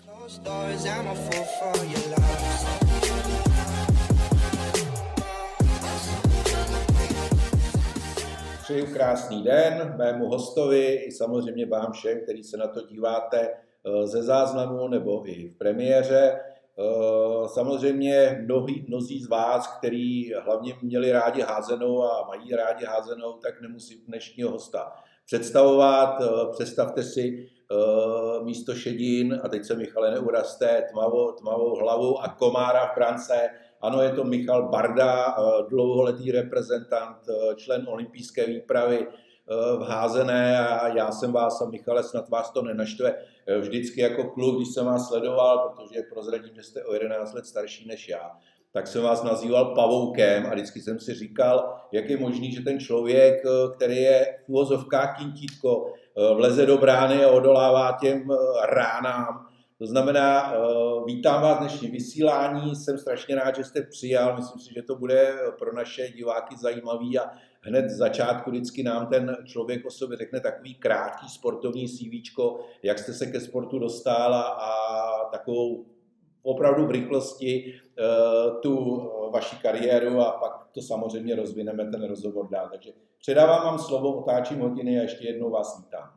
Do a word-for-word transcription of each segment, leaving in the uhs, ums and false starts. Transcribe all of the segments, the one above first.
Přeju krásný den mému hostovi i samozřejmě vám všem, kteří se na to díváte ze záznamu nebo i v premiéře. Samozřejmě mnohí, mnozí z vás, kteří hlavně měli rádi házenou a mají rádi házenou, tak nemusí dnešního hosta představovat. Představte si místo šedin, a teď se Michale neuraste, tmavou, tmavou hlavu a komára v brance. Ano, je to Michal Barda, dlouholetý reprezentant, člen olympijské výpravy v házené, a já jsem vás, a Michale, snad vás to nenaštve, vždycky jako kluk, když jsem vás sledoval, protože prozradím, že jste o jedenáct let starší než já, tak jsem vás nazýval pavoukem a vždycky jsem si říkal, jak je možný, že ten člověk, který je v uvozovkách kintítko, vleze do brány a odolává těm ránám. To znamená, vítám vás dnešní vysílání, jsem strašně rád, že jste přijal, myslím si, že to bude pro naše diváky zajímavý a hned z začátku vždycky nám ten člověk o sobě řekne takový krátký sportovní CVčko, jak jste se ke sportu dostal a takovou opravdu v rychlosti tu vaši kariéru a pak to samozřejmě rozvineme ten rozhovor dál. Takže předávám vám slovo, otáčím hodiny a ještě jednou vás vítám.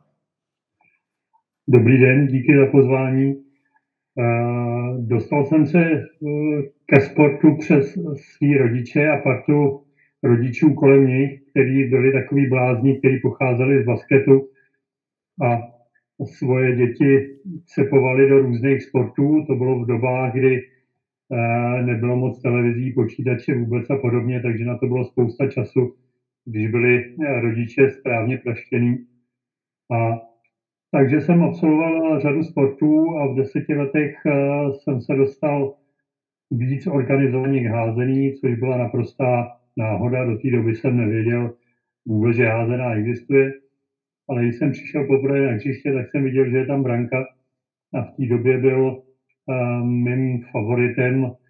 Dobrý den, díky za pozvání. Dostal jsem se ke sportu přes svý rodiče a partu rodičů kolem nich, kteří byli takový blázni, kteří pocházeli z basketu a svoje děti cepovali do různých sportů. To bylo v dobách, kdy nebylo moc televizí, počítače vůbec a podobně, takže na to bylo spousta času, když byli rodiče správně praštění. A takže jsem absolvoval řadu sportů a v deseti letech jsem se dostal víc organizovaně k házení, což byla naprostá náhoda. Do té doby jsem nevěděl vůbec, že házená existuje. Ale když jsem přišel poprvé na hřiště, tak jsem viděl, že je tam branka. A v té době byl uh, mým favoritem uh,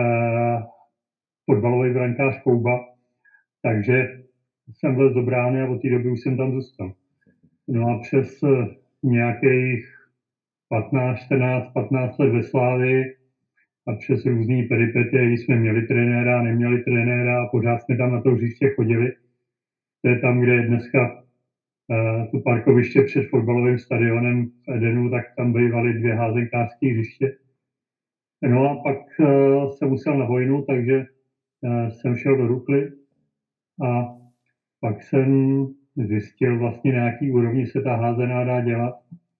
fotbalový brankář Kouba. Takže jsem vlez do brány a od té doby už jsem tam zůstal. No a přes uh, nějakých patnáct, čtrnáct, patnáct let ve Slávii a přes různý peripetie, když jsme měli trenéra, neměli trenéra a pořád jsme tam na to hřiště chodili. To je tam, kde je dneska uh, to parkoviště před fotbalovým stadionem v Edenu, tak tam bývaly dvě házenkářské hřiště. No a pak uh, jsem musel na vojnu, takže uh, jsem šel do Rukly a pak jsem zjistil vlastně, na jaký úrovni se ta házená dá dělat.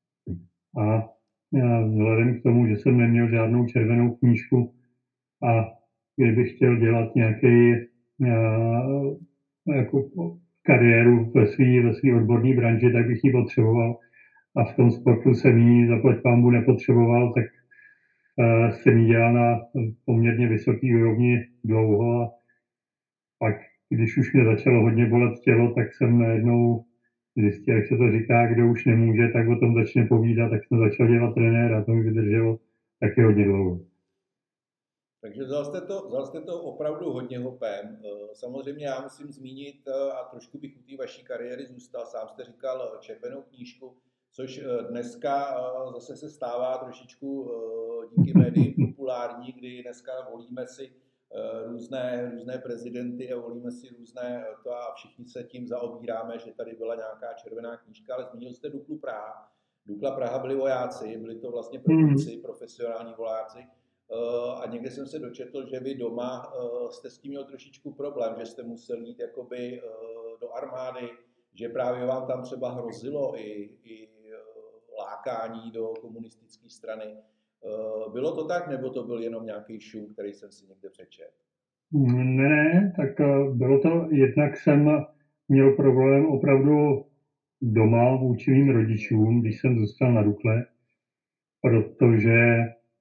A vzhledem k tomu, že jsem neměl žádnou červenou knížku a kdybych chtěl dělat nějaký jako kariéru ve své ve svý odborné branži, tak bych ji potřeboval. A v tom sportu jsem ji zaplať pánbu nepotřeboval, tak jsem ji dělal na poměrně vysoký úrovni dlouho a pak když už mě začalo hodně bolet tělo, tak jsem najednou zjistil, jak se to říká, kdo už nemůže, tak o tom začne povídat, tak jsem začal dělat trenéra a to mi vydrželo taky hodně dlouho. Takže vzal jste to, vzal jste to opravdu hodně hopem. Samozřejmě já musím zmínit, a trošku bych u té vaší kariéry zůstal, sám jste říkal červenou knížku, což dneska zase se stává trošičku díky médiím populární, kdy dneska volíme si různé, různé prezidenty a volíme si různé to a všichni se tím zaobíráme, že tady byla nějaká červená knížka, ale zmínil jste Duklu Praha. Dukla Praha byli vojáci, byli to vlastně profíci, profesionální vojáci a někde jsem se dočetl, že vy doma jste s tím měl trošičku problém, že jste musel jít jakoby do armády, že právě vám tam třeba hrozilo i, i lákání do komunistické strany. Bylo to tak, nebo to byl jenom nějaký šum, který jsem si někde přečetl? Ne, ne, tak bylo to, jednak jsem měl problém opravdu doma vůči mým rodičům, když jsem zůstal na Dukle, protože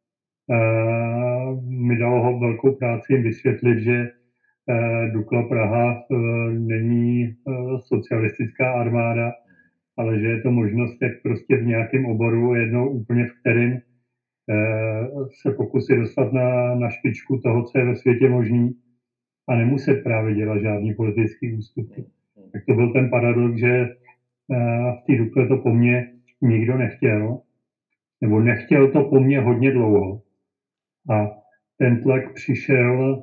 uh, mi dalo velkou práci jim vysvětlit, že uh, Dukla Praha uh, není uh, socialistická armáda, ale že je to možnost, jak prostě v nějakém oboru, jednou úplně v kterém se pokusit dostat na, na špičku toho, co je ve světě možný a nemuset právě dělat žádný politický ústupky. Tak to byl ten paradox, že v té Dukle to po mně nikdo nechtěl nebo nechtěl to po mně hodně dlouho. A ten tlak přišel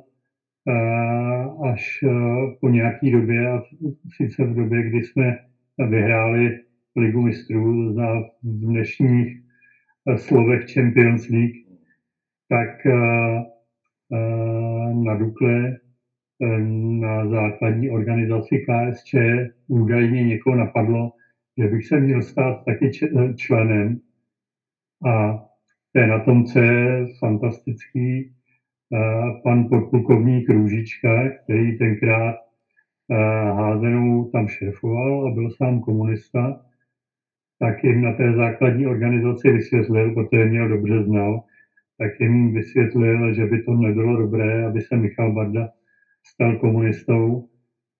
uh, až uh, po nějaký době, a sice v době, kdy jsme vyhráli Ligu mistrů za v dnešních uh, slovech Champions League, tak uh, uh, na Dukle na základní organizaci K S Č údajně někoho napadlo, že bych se měl stát taky členem. A to je na tom, co je fantastický, pan podplukovník Růžička, který tenkrát házenou tam šéfoval a byl sám komunista, tak jim na té základní organizaci vysvětlil, protože měl dobře znal, tak jim vysvětlil, že by to nebylo dobré, aby se Michal Barda stal komunistou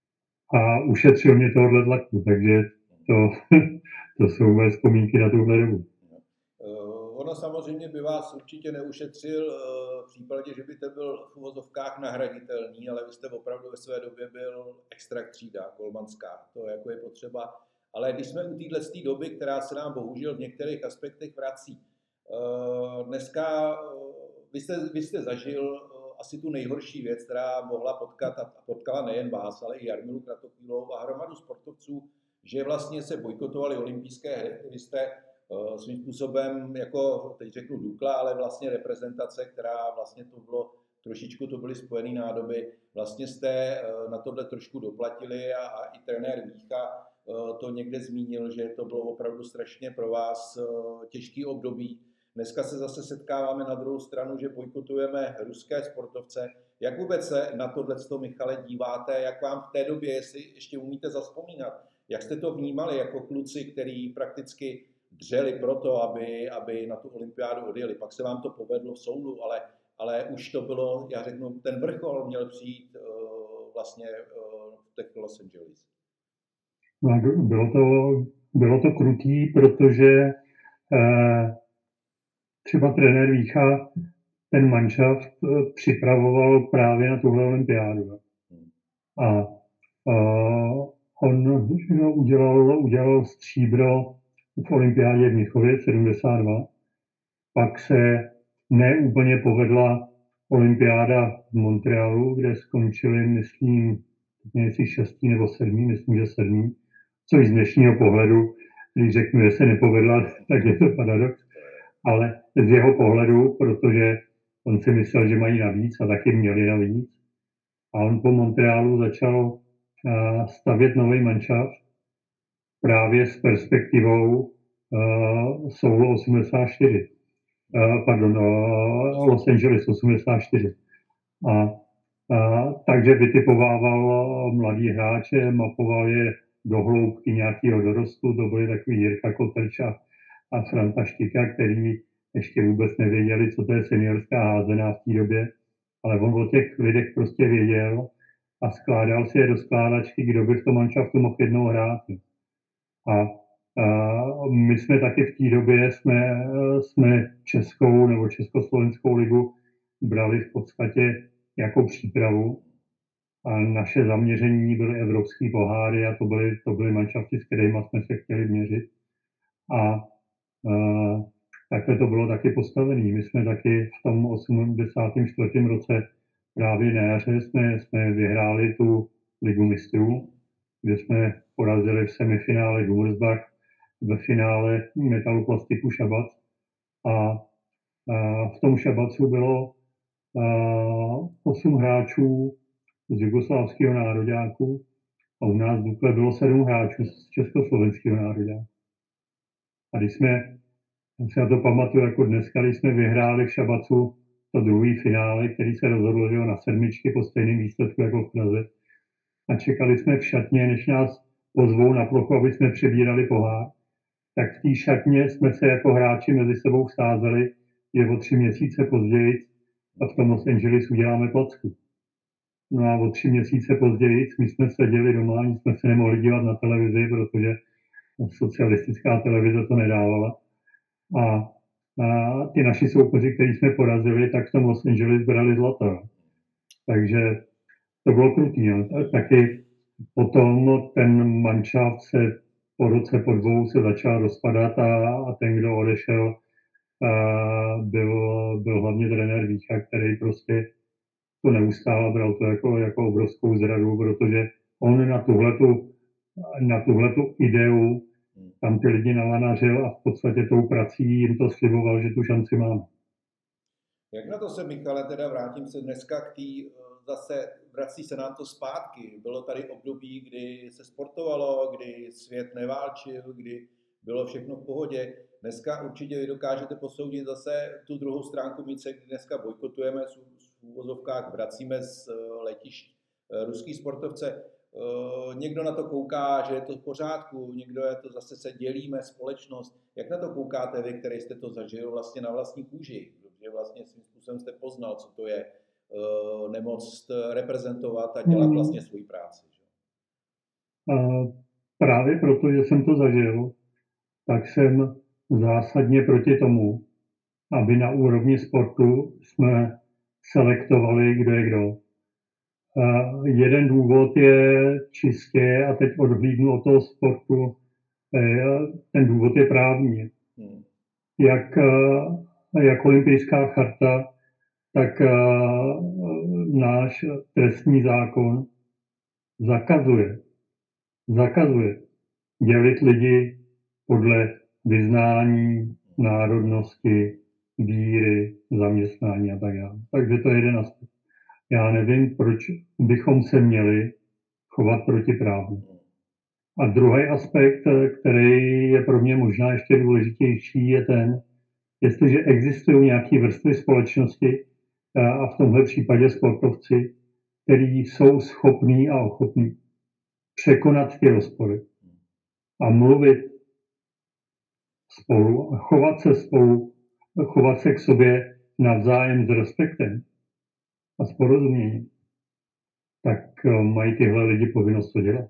a ušetřil mě tohohle tlaku, takže to, to jsou moje vzpomínky na tuhle dobu. Uh, ono samozřejmě by vás určitě neušetřil uh, v případě, že byste byl v uvozovkách nahraditelný, ale vy jste opravdu ve své době byl extra třída, golmanská, to jako je potřeba. Ale když jsme u téhle doby, která se nám bohužel v některých aspektech vrací, uh, dneska uh, vy, jste, vy jste zažil uh, asi tu nejhorší věc, která mohla potkat a potkala nejen vás, ale i Jarmilu Kratochvílovou a hromadu sportovců, že vlastně se bojkotovaly olympijské hry. Vy jste uh, svým způsobem, jako teď řeknu Dukla, ale vlastně reprezentace, která vlastně to bylo, trošičku to byly spojené nádoby, vlastně jste uh, na tohle trošku doplatili a, a i trenér Vícha uh, to někde zmínil, že to bylo opravdu strašně pro vás uh, těžký období. Dneska se zase setkáváme na druhou stranu, že bojkotujeme ruské sportovce. Jak vůbec se na tohleto, Michale, díváte? Jak vám v té době, jestli ještě umíte zazpomínat, jak jste to vnímali jako kluci, kteří prakticky dřeli pro to, aby, aby na tu olympiádu odjeli? Pak se vám to povedlo v Soulu, ale, ale už to bylo, já řeknu, ten vrchol měl přijít uh, vlastně uh, v těch Los Angeles. No, bylo to, bylo to krutý, protože uh, třeba trenér Vícha ten manšaft připravoval právě na tuhle olympiádu. A uh, on no, udělal, udělal stříbro v olympiádě v Mnichově sedmdesát dva. Pak se neúplně povedla olympiáda v Montrealu, kde skončili, myslím, jestli šestý nebo sedmý, myslím, že sedmý. Což z dnešního pohledu, když řeknu, že se nepovedla, tak je to paradox. Ale z jeho pohledu, protože on si myslel, že mají navíc a taky měli navíc. A on po Montrealu začal stavět nový manšaft právě s perspektivou uh, Soulu osmdesát čtyři. Uh, pardon, uh, Los Angeles osmdesát čtyři. A, uh, takže vytipovával mladý hráče, mapoval je do hloubky nějakého dorostu, to byly takový Jirka Kotrč a a Franta Štika, který ještě vůbec nevěděli, co to je seniorská házená v té době, ale on o těch lidech prostě věděl a skládal si je do skládačky, kdo by v tom manšaftu mohl jednou hrát. A, a my jsme taky v té době, jsme, jsme českou nebo československou ligu brali v podstatě jako přípravu a naše zaměření byly evropský poháry a to byly, to byly manšafty, s kterými jsme se chtěli měřit. A Uh, takhle to bylo taky postavené. My jsme taky v tom osmdesátém čtvrtém roce právě na jaře jsme, jsme vyhráli tu Ligu mistrů, kde jsme porazili v semifinále Gummersbach, ve finále Metaloplastiku Šabac. A uh, v tom Šabacu bylo uh, osm hráčů z jugoslávského nároďáku a u nás v Dukle bylo sedm hráčů z československého nároďáku. A když jsme, já si na to pamatuju jako dneska, když jsme vyhráli v Šabacu to druhý finále, který se rozhodl, že na sedmičky po stejném výsledku jako v Praze. A čekali jsme v šatně, než nás pozvou na plochu, aby jsme přebírali pohár. Tak v té šatně jsme se jako hráči mezi sebou sázeli, že o tři měsíce později a v tom Los Angeles uděláme placku. No a o tři měsíce později my jsme seděli doma, nic jsme se nemohli dívat na televizi, protože socialistická televize to nedávala. A, a ty naši soupeři, který jsme porazili, tak v tom Los Angeles brali zlato. Takže to bylo krutý. No. Taky potom ten manšaft se po roce, po dvou se začal rozpadat a, a ten, kdo odešel, byl, byl hlavně trenér Vícha, který prostě to neustále bral to jako, jako obrovskou zradu, protože on na tuhletu, na tuhletu ideu tam ty lidi nalanařil a v podstatě tou prací jim to sliboval, že tu šanci máme. Jak na to se, Michale, teda vrátím se dneska k tý, zase vrací se nám to zpátky. Bylo tady období, kdy se sportovalo, kdy svět neválčil, kdy bylo všechno v pohodě. Dneska určitě vy dokážete posoudit zase tu druhou stránku mince, kdy dneska bojkotujeme, v úvozovkách vracíme z letišť ruský sportovce. Někdo na to kouká, že je to v pořádku, někdo je to zase se dělíme, společnost. Jak na to koukáte vy, který jste to zažil vlastně na vlastní kůži? Protože vlastně svým způsobem jste poznal, co to je nemoc reprezentovat a dělat vlastně svou práci. Že? A právě proto, že jsem to zažil, tak jsem zásadně proti tomu, aby na úrovni sportu jsme selektovali, kdo je kdo. A jeden důvod je čistě, a teď odhlídnu od toho sportu, ten důvod je právní. Hmm. Jak, jak olympijská charta, tak náš trestní zákon zakazuje, zakazuje dělit lidi podle vyznání, národnosti, víry, zaměstnání a tak dále. Takže to je jeden aspekt. Já nevím, proč bychom se měli chovat protiprávně. A druhý aspekt, který je pro mě možná ještě důležitější, je ten, jestliže existují nějaké vrstvy společnosti, a v tomhle případě sportovci, kteří jsou schopní a ochotní překonat ty rozpory a mluvit spolu a chovat se spolu, chovat se k sobě navzájem s respektem a s porozuměním, tak mají tyhle lidi povinnost to dělat.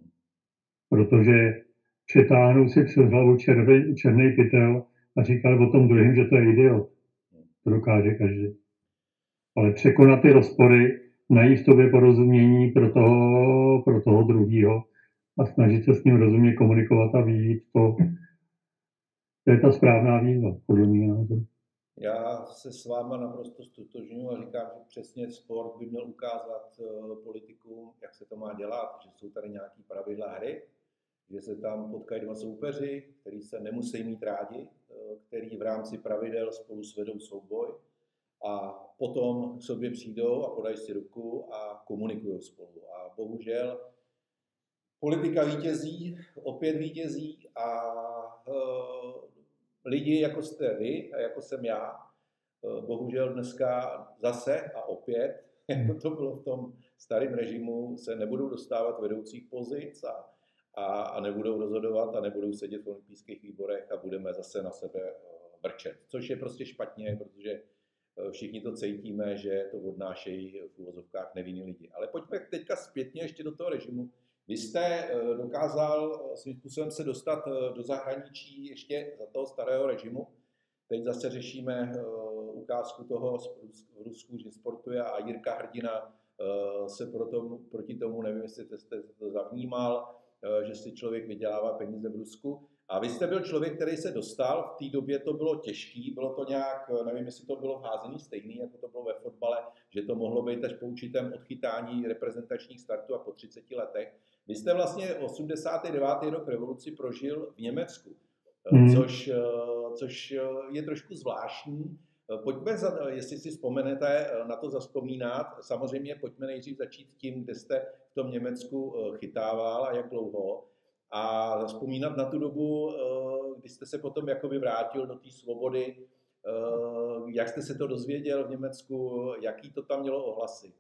Protože přetáhnou si přes hlavu červený, černý pytel a říkali o tom druhým, že to je idiot. To dokáže každý. Ale překonat ty rozpory, najít v tobě porozumění pro toho, pro toho druhýho a snažit se s ním rozumně komunikovat a vyjít to, to je ta správná výzva, podle mě názoru. Já se s váma naprosto stotožňuji a říkám, že přesně sport by měl ukázat politikům, jak se to má dělat, že jsou tady nějaké pravidla hry, že se tam potkají dva soupeři, kteří se nemusí mít rádi, který v rámci pravidel spolu svedou souboj a potom k sobě přijdou a podají si ruku a komunikují spolu. A bohužel politika vítězí, opět vítězí a e, lidi, jako jste vy a jako jsem já, e, bohužel dneska zase a opět, jako to bylo v tom starém režimu, se nebudou dostávat vedoucích pozic a, a, a nebudou rozhodovat a nebudou sedět v olympijských výborech a budeme zase na sebe e, vrčet. Což je prostě špatně, protože všichni to cítíme, že to odnášejí v uvozovkách nevinní lidi. Ale pojďme teďka zpětně ještě do toho režimu. Vy jste dokázal svým způsobem se dostat do zahraničí ještě za toho starého režimu. Teď zase řešíme ukázku toho v Rusku, že sportuje a Jirka Hrdina se proto, proti tomu, nevím, jestli jste to zavnímal, že si člověk vydělává peníze v Rusku. A vy jste byl člověk, který se dostal, v té době to bylo těžký, bylo to nějak, nevím, jestli to bylo v házení stejný, jako to bylo ve fotbale, že to mohlo být až po určitém odchytání reprezentačních startů a po třiceti letech. Vy jste vlastně osmdesátý devátý rok revoluci prožil v Německu, mm. což, což je trošku zvláštní. Pojďme, za, jestli si vzpomenete na to zavzpomínat, samozřejmě pojďme nejdřív začít tím, kde jste v tom Německu chytával a jak dlouho. A vzpomínat na tu dobu, kdy jste se potom jakoby vrátil do té svobody, jak jste se to dozvěděl v Německu, jaký to tam mělo ohlasy?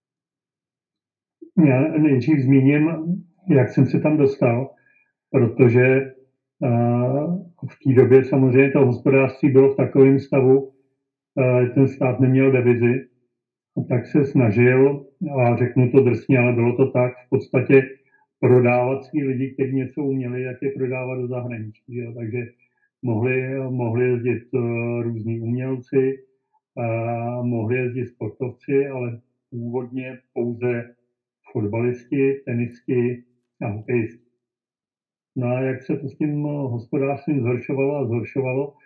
Já nejdřív zmíním, jak jsem se tam dostal, protože v té době samozřejmě to hospodářství bylo v takovém stavu, ten stát neměl devizi, tak se snažil, a řeknu to drsně, ale bylo to tak, v podstatě prodávat svý lidi, kteří něco uměli, jak je prodávat do zahraničí. Jo? Takže mohli, mohli jezdit uh, různí umělci, uh, mohli jezdit sportovci, ale původně pouze fotbalisti, tenisti a hokejisti. No a jak se to s tím hospodářstvím zhoršovalo a zhoršovalo,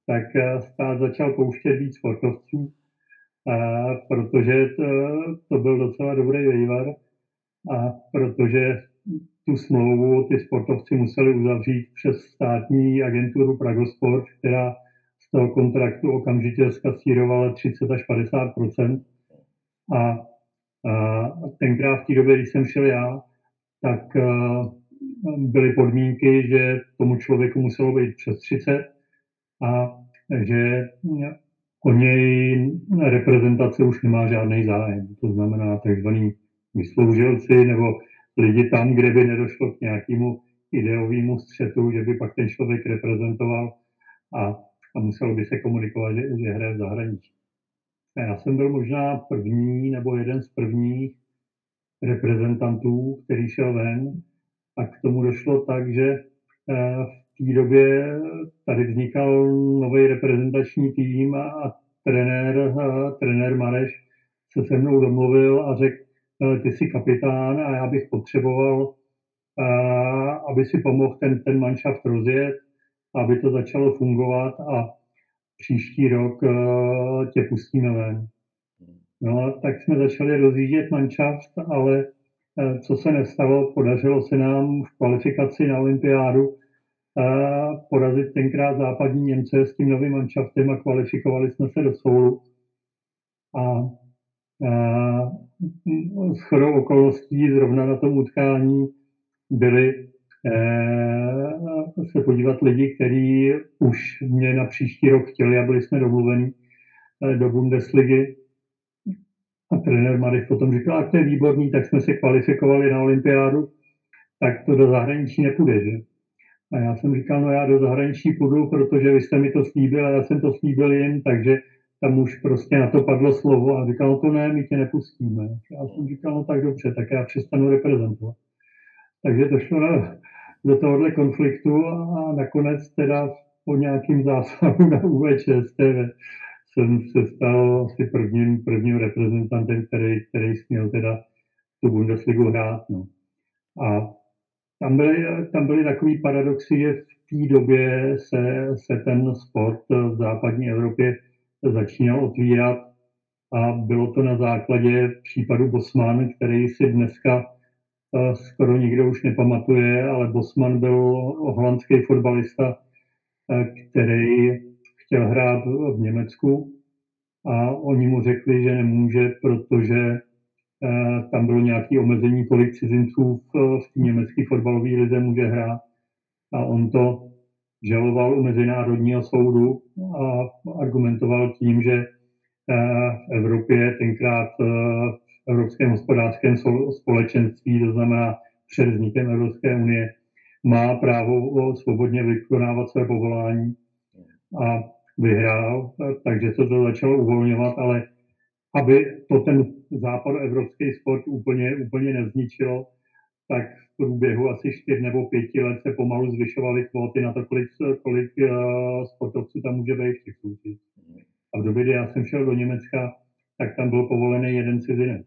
tak stát začal pouštět víc sportovců, protože to, to byl docela dobrý vývar a protože tu smlouvu ty sportovci museli uzavřít přes státní agenturu Pragosport, která z toho kontraktu okamžitě zkasírovala třicet až padesát procent. A, a tenkrát v té době, když jsem šel já, tak byly podmínky, že tomu člověku muselo být přes třicet a že o něj reprezentace už nemá žádný zájem. To znamená takzvaný vysloužilci nebo lidi tam, kde by nedošlo k nějakému ideovému střetu, že by pak ten člověk reprezentoval a, a muselo by se komunikovat, že, že hraje v zahraničí. A já jsem byl možná první nebo jeden z prvních reprezentantů, který šel ven a k tomu došlo tak, že v té době tady vznikal nový reprezentační tým a trenér, trenér Mareš se se mnou domluvil a řekl, ty jsi kapitán a já bych potřeboval, aby si pomohl ten, ten manšaft rozjet, aby to začalo fungovat a příští rok tě pustíme ven. No, tak jsme začali rozjíždět manšaft, ale co se nestalo, podařilo se nám v kvalifikaci na olympiádu porazit tenkrát západní Němce s tím novým manšaftem a kvalifikovali jsme se do Soulu. A, a s shodou okolností zrovna na tom utkání byli e, se podívat lidi, kteří už mě na příští rok chtěli a byli jsme domluveni e, do Bundesligy. A trenér Marek potom říkal, a to je výborný, tak jsme se kvalifikovali na olympiádu, tak to do zahraničí nepůjde, že? A já jsem říkal, no já do zahraničí půjdu, protože vy jste mi to slíbil a já jsem to slíbil jim, takže tam už prostě na to padlo slovo a říkal, no to ne, my tě nepustíme. Já jsem říkal, no tak dobře, tak já přestanu reprezentovat. Takže to šlo na, do tohohle konfliktu a nakonec teda po nějakým zásahu na U V Č S T V jsem se stal asi prvním, prvním reprezentantem, který, který směl teda tu Bundesligu hrát. No. A tam byly, tam byly takový paradoxy, že v té době se, se ten sport v západní Evropě začínal otvírat a bylo to na základě případu Bosman, který si dneska skoro nikdo už nepamatuje, ale Bosman byl holandský fotbalista, který chtěl hrát v Německu a oni mu řekli, že nemůže, protože tam bylo nějaké omezení, kolik cizinců v, v té německé fotbalové lize může hrát. A on to žaloval u Mezinárodního soudu a argumentoval tím, že v Evropě tenkrát v Evropském hospodářském společenství, to znamená před vznikem Evropské unie, má právo svobodně vykonávat své povolání a vyhrál, takže se to začalo uvolňovat, ale aby to ten západoevropský sport úplně, úplně nezničilo, tak v průběhu asi čtyř nebo pěti let se pomalu zvyšovaly kvóty na to, kolik, kolik uh, sportovců tam může být v těch soutěžích. A v době, kdy já jsem šel do Německa, tak tam byl povolený jeden cizinec.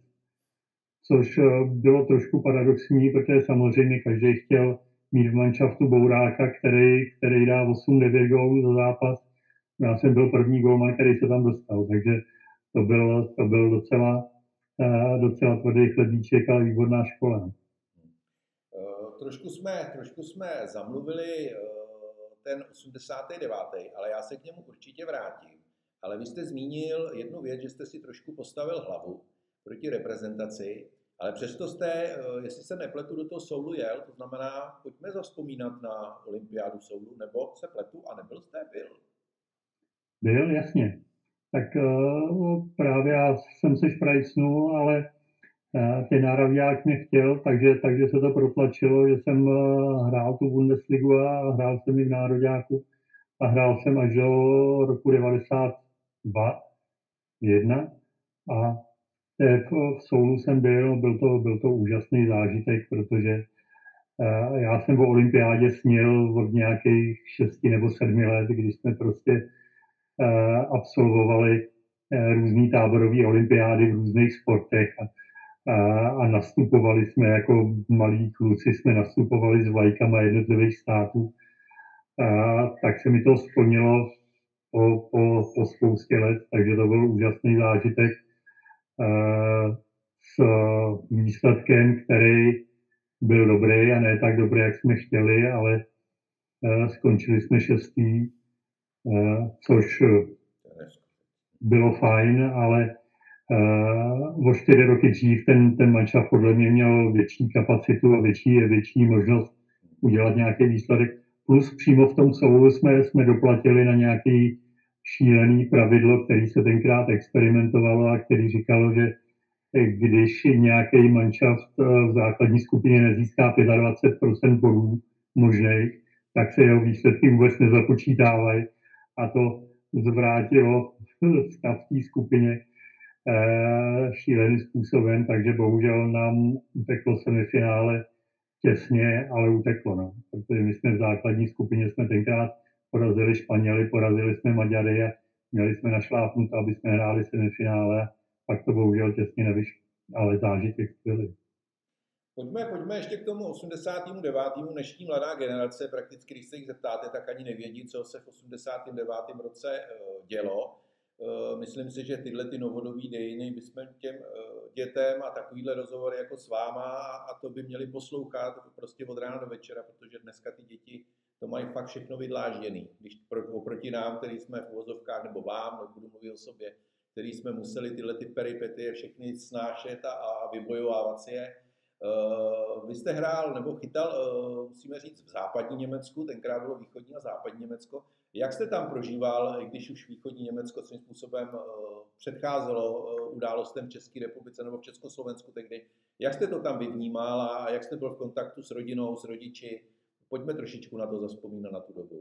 Což uh, bylo trošku paradoxní, protože samozřejmě každý chtěl mít v manšaftu bouráka, který, který dá osm devět gólů za zápas. Já jsem byl první gólman, který se tam dostal, takže to byl, to byl docela, uh, docela tvrdý chlebíček, ale výborná škola. Uh, trošku jsme, trošku jsme zamluvili uh, ten osmdesátý devátý ale já se k němu určitě vrátím. Ale vy jste zmínil jednu věc, že jste si trošku postavil hlavu proti reprezentaci, ale přesto jste, uh, jestli se nepletu, do toho Soulu jel, to znamená, pojďme zavzpomínat na olympiádu Soulu, nebo se pletu a nebyl jste, byl? Byl, jasně. Tak uh, právě já jsem se šprajcnul, ale uh, ten náravňák mě chtěl, takže, takže se to protlačilo, že jsem uh, hrál tu Bundesligu a hrál jsem i v nároďáku a hrál jsem až do roku devadesát dva jedna a v, v Soulu jsem byl, byl to, byl to úžasný zážitek, protože uh, já jsem o olympiádě snil od nějakých šesti nebo sedmi let, kdy jsme prostě absolvovali různý táborové olympiády v různých sportech a, a, a nastupovali jsme jako malí kluci, jsme nastupovali s vlajkama jednotlivých států. A, tak se mi to splnilo po, po, po spoustě let, takže to byl úžasný zážitek s výsledkem, který byl dobrý a ne tak dobrý, jak jsme chtěli, ale skončili jsme šestý, což bylo fajn, ale o čtyři roky dřív ten, ten mančaft podle mě měl větší kapacitu a větší, větší možnost udělat nějaký výsledek. Plus přímo v tom soulu jsme, jsme doplatili na nějaký šílený pravidlo, který se tenkrát experimentovalo a který říkalo, že když nějaký manšaft v základní skupině nezíská dvacet pět procent bodů možných, tak se jeho výsledky vůbec nezapočítávají. A to zvrátilo stav v té skupině šíleným způsobem, takže bohužel nám uteklo semifinále těsně, ale uteklo. No. Protože my jsme v základní skupině jsme tenkrát porazili Španěly, porazili jsme Maďary a měli jsme našlápnuto, aby jsme hráli semifinále. Pak to bohužel těsně nevyšlo, ale zážitek skvělý. Pojďme, pojďme ještě k tomu osmdesátému devátému Dnešní mladá generace, prakticky, když se jich zeptáte, tak ani nevědí, co se v osmdesátém devátém roce dělo. Myslím si, že tyhle ty novodobí dějiny bychom těm dětem a takovýhle rozhovory jako s váma a to by měli poslouchat prostě od rána do večera, protože dneska ty děti to mají fakt všechno vydlážděný. Když oproti nám, který jsme v uvozovkách, nebo vám, nebudu mluvit o sobě, který jsme museli tyhle ty peripetie všechny snášet a, a vybojovávat si je. Uh, vy jste hrál nebo chytal, uh, musíme říct, v západní Německu, tenkrát bylo východní a západní Německo. Jak jste tam prožíval, i když už východní Německo svým způsobem uh, předcházelo uh, událostem v České republice nebo v Československu tehdy, jak jste to tam vnímal a jak jste byl v kontaktu s rodinou, s rodiči? Pojďme trošičku na to zazpomínat, na tu dobu.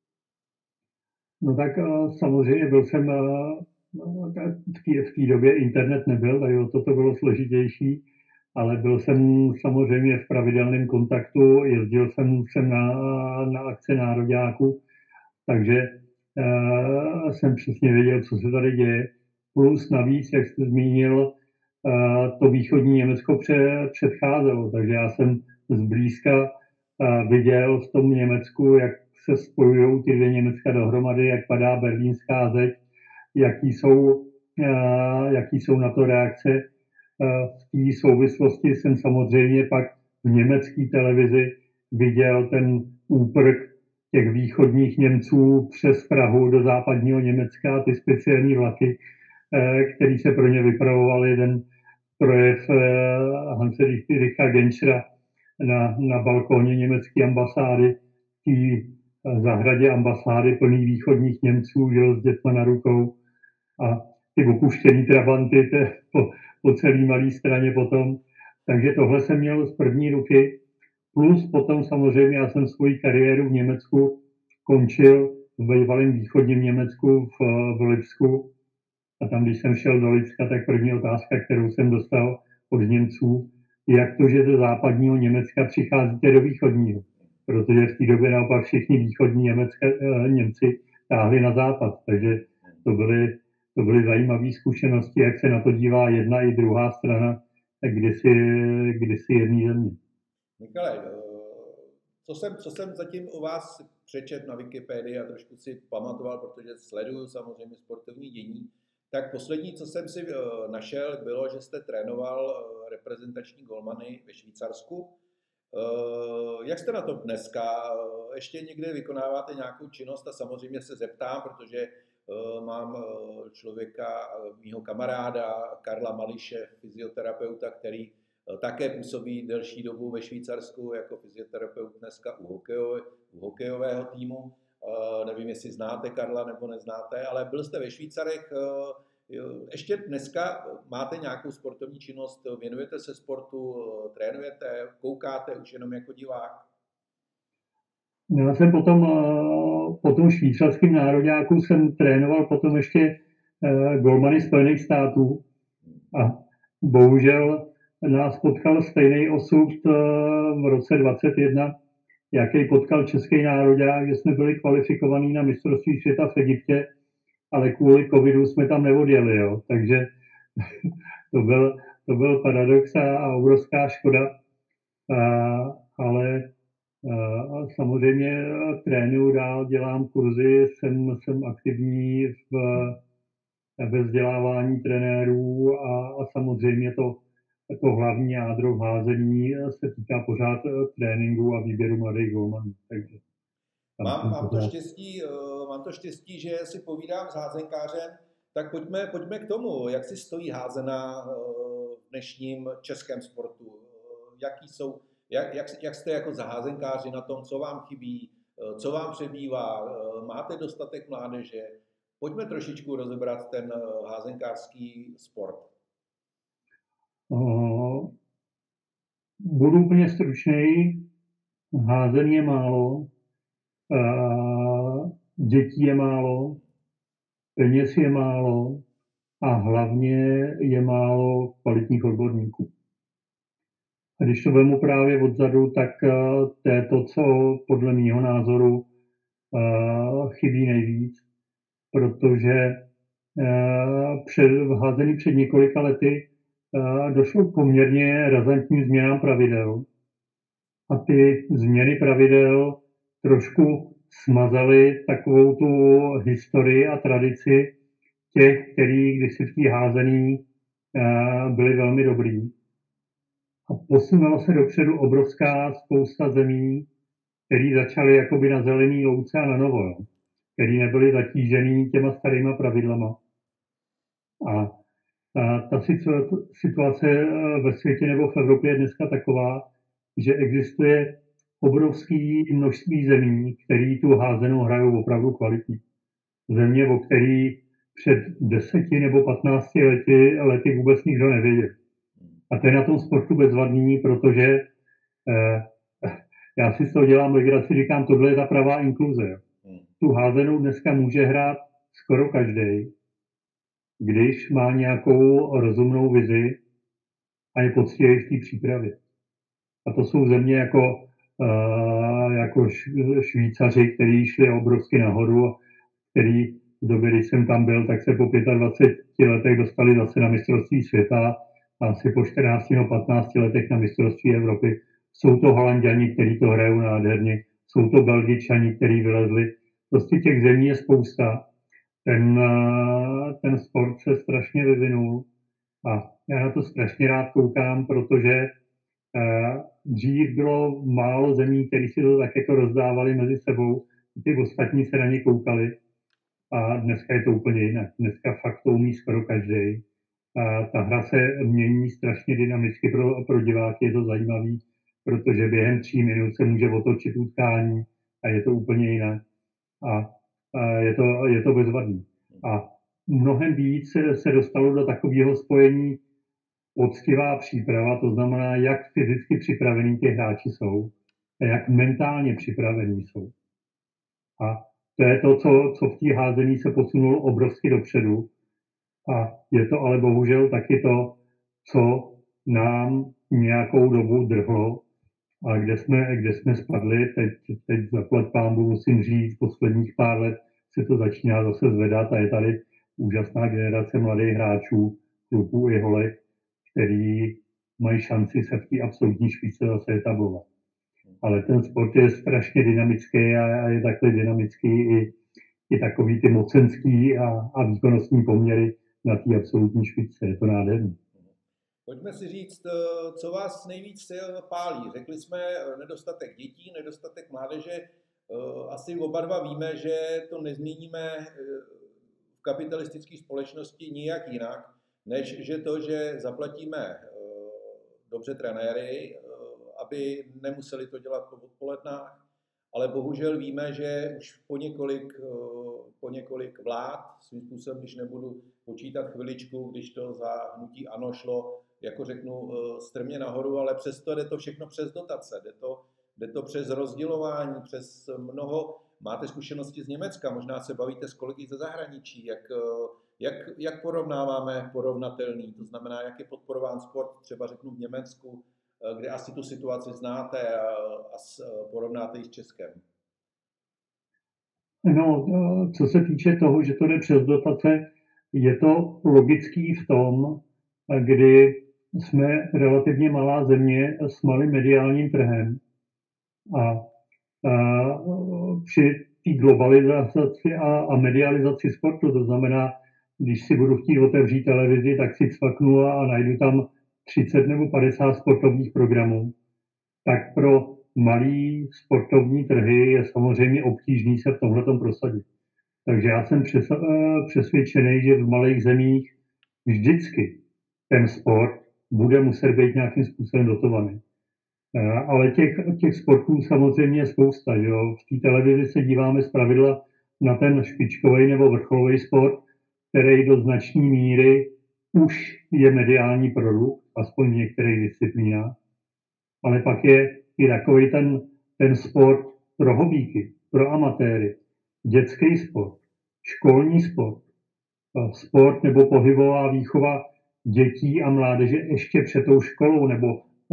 No tak uh, samozřejmě byl jsem, uh, v té době internet nebyl, takže o to to bylo složitější. Ale byl jsem samozřejmě v pravidelném kontaktu, jezdil jsem, jsem na, na akce nároďáků, takže uh, jsem přesně věděl, co se tady děje. Plus navíc, jak jste zmínil, uh, to východní Německo pře, předcházelo, takže já jsem zblízka uh, viděl v tom Německu, jak se spojují ty dvě Německa dohromady, jak padá berlínská zeď, jaký jsou, uh, jaký jsou na to reakce. V té souvislosti jsem samozřejmě pak v německé televizi viděl ten úprk těch východních Němců přes Prahu do západního Německa, ty speciální vlaky, který se pro ně vypravoval. Jeden projev Hanse Dietricha Genschera na, na balkóně německé ambasády, v zahradě ambasády plný východních Němců, žil s dětma na rukou a ty opuštěný trabanty po, po celé malé straně potom. Takže tohle jsem měl z první ruky. Plus potom samozřejmě já jsem svoji kariéru v Německu končil v bývalém východním Německu v, v Lipsku. A tam, když jsem šel do Lipska, tak první otázka, kterou jsem dostal od Němců, jak to, že ze západního Německa přicházíte do východního. Protože v té době naopak všichni východní Německa, Němci táhli na západ. Takže to byly To byly zajímavé zkušenosti, jak se na to dívá jedna i druhá strana, kdysi, kdysi jedný země. Michale, co jsem, co jsem zatím u vás přečet na Wikipedii a trošku si pamatoval, protože sleduju samozřejmě sportovní dění, tak poslední, co jsem si našel, bylo, že jste trénoval reprezentační golmany ve Švýcarsku. Jak jste na to dneska? Ještě někde vykonáváte nějakou činnost a samozřejmě se zeptám, protože mám člověka, mýho kamaráda Karla Mališe, fyzioterapeuta, který také působí delší dobu ve Švýcarsku jako fyzioterapeut dneska u, hokejové, u hokejového týmu. Nevím, jestli znáte Karla nebo neznáte, ale byl jste ve Švýcarech. Ještě dneska máte nějakou sportovní činnost, věnujete se sportu, trénujete, koukáte už jenom jako divák? Já jsem potom, po tom švýcarském nároďáku jsem trénoval potom ještě golmany Spojených států a bohužel nás potkal stejný osud v roce dvacet jedna, jaký potkal český nároďák, že jsme byli kvalifikovaní na mistrovství světa v Egyptě, ale kvůli covidu jsme tam neodjeli, jo. Takže to byl, to byl paradox a, a obrovská škoda, a, ale A samozřejmě trénuju dál, dělám kurzy, jsem, jsem aktivní v, ve vzdělávání trenérů a, a samozřejmě to, to hlavní jádro v házení se týká pořád tréninku a výběru mladých golmanů. Takže mám, mám, to štěstí, mám to štěstí, že si povídám s házenkářem, tak pojďme, pojďme k tomu, jak si stojí házená v dnešním českém sportu. Jaký jsou, jak, jak, jak jste jako házenkáři na tom, co vám chybí, co vám přebývá, máte dostatek mládeže? Pojďme trošičku rozebrat ten házenkářský sport. Uh, budu úplně stručnej. Házený je málo, uh, dětí je málo, peněz je málo a hlavně je málo kvalitních odborníků. A když to vemu právě odzadu, tak uh, to je to, co podle mýho názoru uh, chybí nejvíc, protože uh, před, házený před několika lety uh, došlo k poměrně razantním změnám pravidel. A ty změny pravidel trošku smazaly takovou tu historii a tradici těch, kteří kdysi v té házený uh, byli velmi dobrý. A posunula se dopředu obrovská spousta zemí, který začaly jakoby na zelený louce a na novo, jo, který nebyly zatížený těma starýma pravidlama. A, a ta situace ve světě nebo v Evropě je dneska taková, že existuje obrovské množství zemí, které tu házenou hrajou opravdu kvalitní. Země, o který před deseti nebo patnácti lety, lety vůbec nikdo nevěděl. A to je na tom sportu bezvadný, protože eh, já si z toho dělám legraci, říkám, tohle je ta pravá inkluze. Tu házenou dneska může hrát skoro každý, když má nějakou rozumnou vizi a je poctivý v té přípravě. A to jsou země jako, uh, jako Švýcaři, kteří šli obrovsky nahoru, který v době, když jsem tam byl, tak se po dvaceti pěti letech dostali zase na mistrovství světa a asi po čtrnácti nebo patnácti letech na mistrovství Evropy. Jsou to Holanďani, kteří to hrajou nádherně, jsou to Belgičani, kteří vylezli. Prostě těch zemí je spousta. Ten, ten sport se strašně vyvinul a já na to strašně rád koukám, protože dřív bylo málo zemí, které si to tak jako rozdávali mezi sebou, ty ostatní se na ně koukali a dneska je to úplně jinak. Dneska fakt to umí skoro každý. A ta hra se mění strašně dynamicky pro, pro diváky, je to zajímavý, protože během tří minut se může otočit utkání a je to úplně jinak. A, a je, to, je to bezvadný. A mnohem víc se, se dostalo do takového spojení poctivá příprava, to znamená, jak fyzicky připravení těch hráči jsou a jak mentálně připravení jsou. A to je to, co, co v té házení se posunulo obrovsky dopředu. A je to ale bohužel taky to, co nám nějakou dobu drhlo a kde jsme, kde jsme spadli. Teď, teď zaplať pánbu musím říct, posledních pár let se to začíná zase zvedat a je tady úžasná generace mladých hráčů, kluků i holek, který mají šanci se v té absolutní špičce zase etablovat. Ale ten sport je strašně dynamický a je takhle dynamický i, i takový ty mocenský a, a výkonnostní poměry na té absolutní špičce. Je to nádherný. Pojďme si říct, co vás nejvíc pálí. Řekli jsme nedostatek dětí, nedostatek mládeže. Asi oba dva víme, že to nezměníme v kapitalistické společnosti nijak jinak, než že to, že zaplatíme dobře trenéry, aby nemuseli to dělat po odpolednách, ale bohužel víme, že už po několik, po několik vlád, svým způsobem, když nebudu počítat chviličku, když to za hnutí ANO šlo, jako řeknu, strmě nahoru, ale přesto jde to všechno přes dotace, jde to, jde to přes rozdělování, přes mnoho. Máte zkušenosti z Německa, možná se bavíte s kolegy ze zahraničí, jak, jak, jak porovnáváme porovnatelný, to znamená, jak je podporován sport, třeba řeknu v Německu, kde asi tu situaci znáte a, a porovnáte ji s Českem. No, co se týče toho, že to jde přes dotace, je to logický v tom, kdy jsme relativně malá země s malým mediálním trhem a při té globalizaci a, a medializaci sportu. To znamená, když si budu chtít otevřít televizi, tak si cvaknu a najdu tam třicet nebo padesát sportovních programů. Tak pro malý sportovní trhy je samozřejmě obtížný se v tomhletom prosadit. Takže já jsem přes, přesvědčený, že v malých zemích vždycky ten sport bude muset být nějakým způsobem dotovaný. Ale těch, těch sportů samozřejmě je spousta. Že jo? V té televizi se díváme zpravidla na ten špičkový nebo vrcholový sport, který do značné míry už je mediální produkt, aspoň v některých disciplínách. Ale pak je i takový ten, ten sport pro hobíky, pro amatéry, dětský sport, školní sport, sport nebo pohybová výchova dětí a mládeže ještě před tou školou, nebo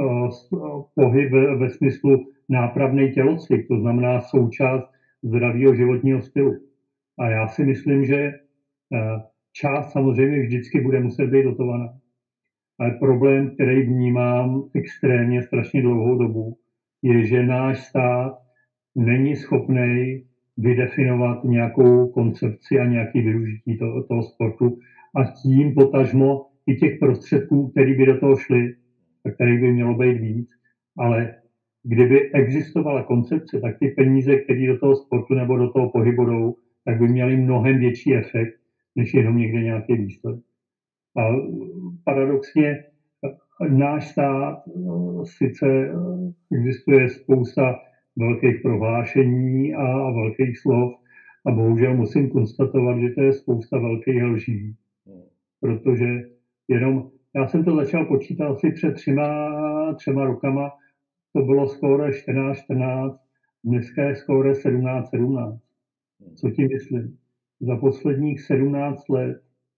uh, pohyb ve, ve smyslu nápravný tělocvik, to znamená součást zdravého životního stylu. A já si myslím, že uh, část samozřejmě vždycky bude muset být dotovaná. Ale problém, který vnímám extrémně strašně dlouhou dobu, je, že náš stát není schopný vydefinovat nějakou koncepci a nějaké využití toho, toho sportu a tím potažmo i těch prostředků, které by do toho šly, tak tady by mělo být víc, ale kdyby existovala koncepce, tak ty peníze, které do toho sportu nebo do toho pohybu jdou, tak by měly mnohem větší efekt, než jenom někde nějaký výsledek. A paradoxně náš stát, sice existuje spousta velkých prohlášení a velkých slov a bohužel musím konstatovat, že to je spousta velkých lží. Protože jenom, já jsem to začal počítat asi před třema, třema rokama, to bylo skóre čtrnáct čtrnáct, dneska je skóre sedmnáct sedmnáct. Co tím myslím? Za posledních sedmnáct let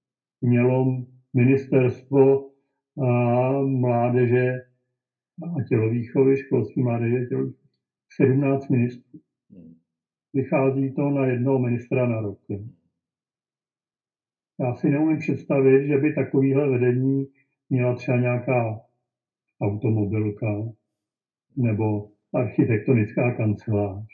mělo ministerstvo a mládeže a tělovýchovy, školství mládeže a tělovýchovy, sedmnáct ministrů. Vychází to na jednoho ministra na rok. Já si neumím představit, že by takovýhle vedení měla třeba nějaká automobilka nebo architektonická kancelář.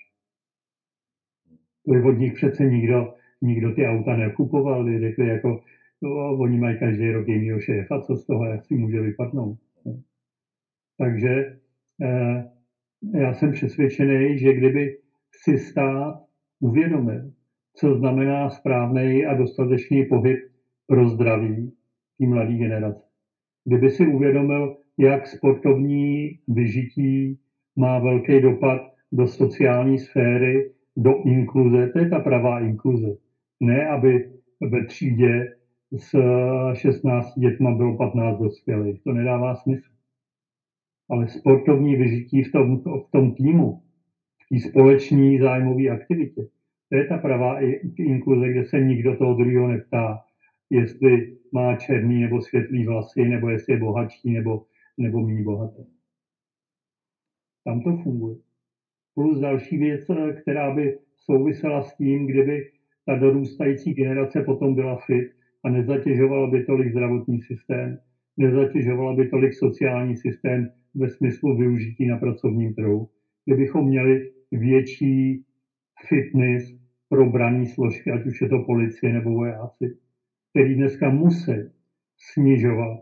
To je od nich přece nikdo, nikdo ty auta nekupoval, řekli jako, no, oni mají každý rok jinýho šéfa, co z toho, jak si může vypadnout. Takže eh, já jsem přesvědčený, že kdyby si stát uvědomil, co znamená správný a dostatečný pohyb pro zdraví té mladé generace. Kdyby si uvědomil, jak sportovní vyžití má velký dopad do sociální sféry, do inkluze, to je ta pravá inkluze. Ne, aby ve třídě s šestnácti dětma bylo patnáct dospělých. To nedává smysl. Ale sportovní vyžití v tom, v tom týmu, v té společné zájmové aktivitě, to je ta pravá inkluze, kde se nikdo toho druhého neptá, jestli má černý nebo světlý vlasy, nebo jestli je bohatší nebo, nebo méně bohatý. Tam to funguje. Plus další věc, která by souvisela s tím, kdyby ta dorůstající generace potom byla fit a nezatěžovala by tolik zdravotní systém, nezatěžovala by tolik sociální systém ve smyslu využití na pracovním trhu. Kdybychom měli větší fitness pro branné složky, ať už je to policie nebo vojáci, který dneska musí snižovat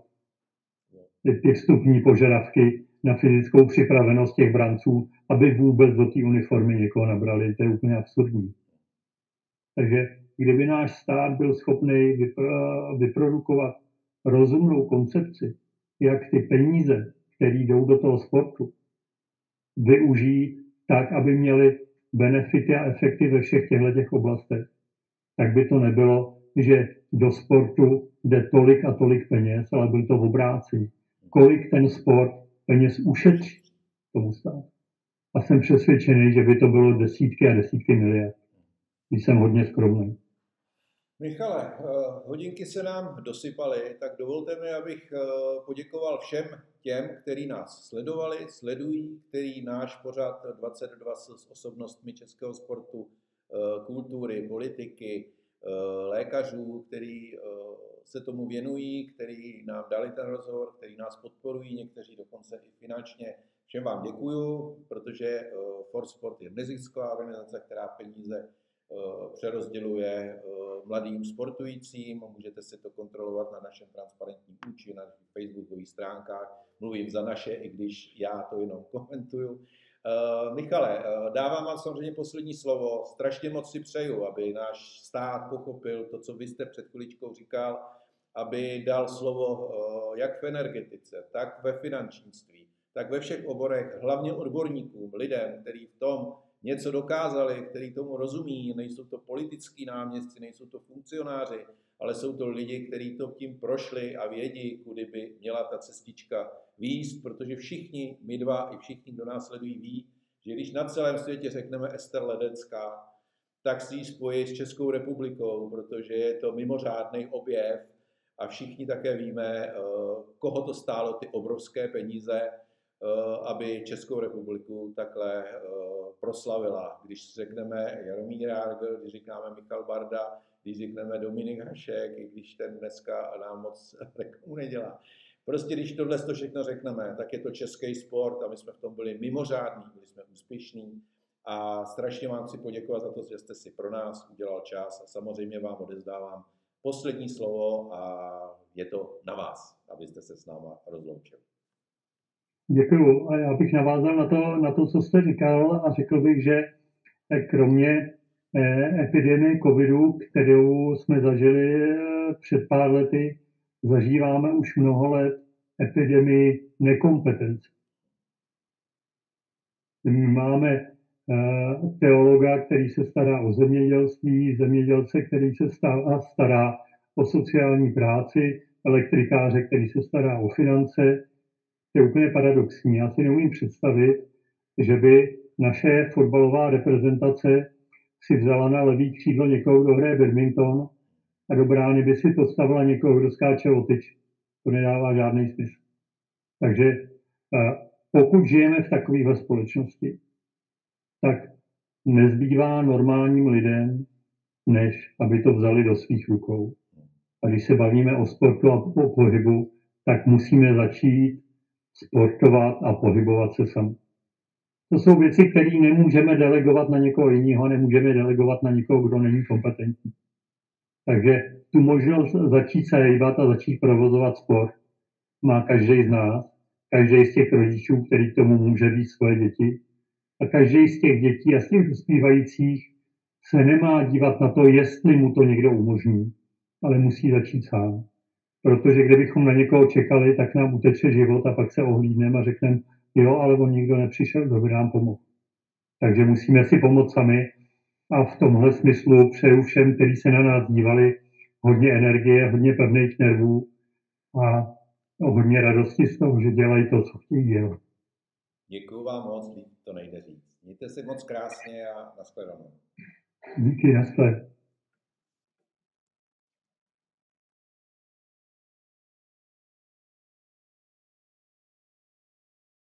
ty vstupní požadavky na fyzickou připravenost těch branců, aby vůbec do té uniformy někoho nabrali. To je úplně absurdní. Takže kdyby náš stát byl schopný vyprodukovat rozumnou koncepci, jak ty peníze, které jdou do toho sportu, využít tak, aby měli benefity a efekty ve všech těchto oblastech, tak by to nebylo, že do sportu jde tolik a tolik peněz, ale byl to v obrácení. Kolik ten sport peněz ušetří tomu státu. A jsem přesvědčený, že by to bylo desítky a desítky miliard. Když jsem hodně skromný. Michale, hodinky se nám dosypaly, tak dovolte mi, abych poděkoval všem těm, kteří nás sledovali, sledují, který náš pořad dvacet dva s osobnostmi českého sportu, kultury, politiky, lékařů, kteří se tomu věnují, kteří nám dali ten rozhovor, kteří nás podporují, někteří dokonce i finančně. Všem vám děkuju, protože Force Sport je nezisková organizace, která peníze přerozděluje mladým sportujícím. Můžete si to kontrolovat na našem transparentním účtu, na našich facebookových stránkách. Mluvím za naše, i když já to jenom komentuju. Michale, dávám vám samozřejmě poslední slovo. Strašně moc si přeju, aby náš stát pochopil to, co vy jste před chviličkou říkal, aby dal slovo jak v energetice, tak ve finančnictví, tak ve všech oborech, hlavně odborníkům, lidem, kteří v tom něco dokázali, kteří tomu rozumí, nejsou to politický náměstci, nejsou to funkcionáři, ale jsou to lidi, kteří to tím prošli a vědí, kudy by měla ta cestička výjist, protože všichni, my dva i všichni, kdo nás sledují, ví, že když na celém světě řekneme Ester Ledecká, tak si ji spojí s Českou republikou, protože je to mimořádný objev a všichni také víme, koho to stálo ty obrovské peníze, aby Českou republiku takhle proslavila. Když řekneme Jaromír Jágr, když říkáme Michal Barda, když řekneme Dominik Hašek, i když ten dneska nám moc reklamu nedělá. Prostě když tohle to všechno řekneme, tak je to český sport a my jsme v tom byli mimořádní, byli jsme úspěšní a strašně vám chci poděkovat za to, že jste si pro nás udělal čas a samozřejmě vám odezdávám poslední slovo a je to na vás, abyste se s náma rozloučili. Děkuju. A já bych navázal na to, na to, co jste říkal a řekl bych, že kromě epidemie covidu, kterou jsme zažili před pár lety, zažíváme už mnoho let epidemii nekompetence. My máme teologa, který se stará o zemědělství, zemědělce, který se stará o sociální práci, elektrikáře, který se stará o finance. To je úplně paradoxní. Já si neumím představit, že by naše fotbalová reprezentace si vzala na levý křídlo někoho, kdo hraje badminton a do brány by si postavila někoho, kdo skáče o tyč. To nedává žádný smysl. Takže pokud žijeme v takovéhle společnosti, tak nezbývá normálním lidem, než aby to vzali do svých rukou. A když se bavíme o sportu a o pohybu, tak musíme začít sportovat a pohybovat se sami. To jsou věci, které nemůžeme delegovat na někoho jiného, nemůžeme delegovat na někoho, kdo není kompetentní. Takže tu možnost začít se hýbat a začít provozovat sport má každý z nás, každý z těch rodičů, který k tomu může být svoje děti. A každý z těch dětí a z těch dospívajících se nemá dívat na to, jestli mu to někdo umožní, ale musí začít sám. Protože kdybychom na někoho čekali, tak nám uteče život a pak se ohlídneme a řekneme, jo, ale on nikdo nepřišel, kdo by nám pomohl. Takže musíme si pomoct sami a v tomhle smyslu přeju všem, kteří se na nás dívali, hodně energie, hodně pevných nervů a hodně radosti z toho, že dělají to, co chtějí dělat. Děkuju vám moc, to nejde říct. Mějte se moc krásně a nashledanou. Díky, nashledanou.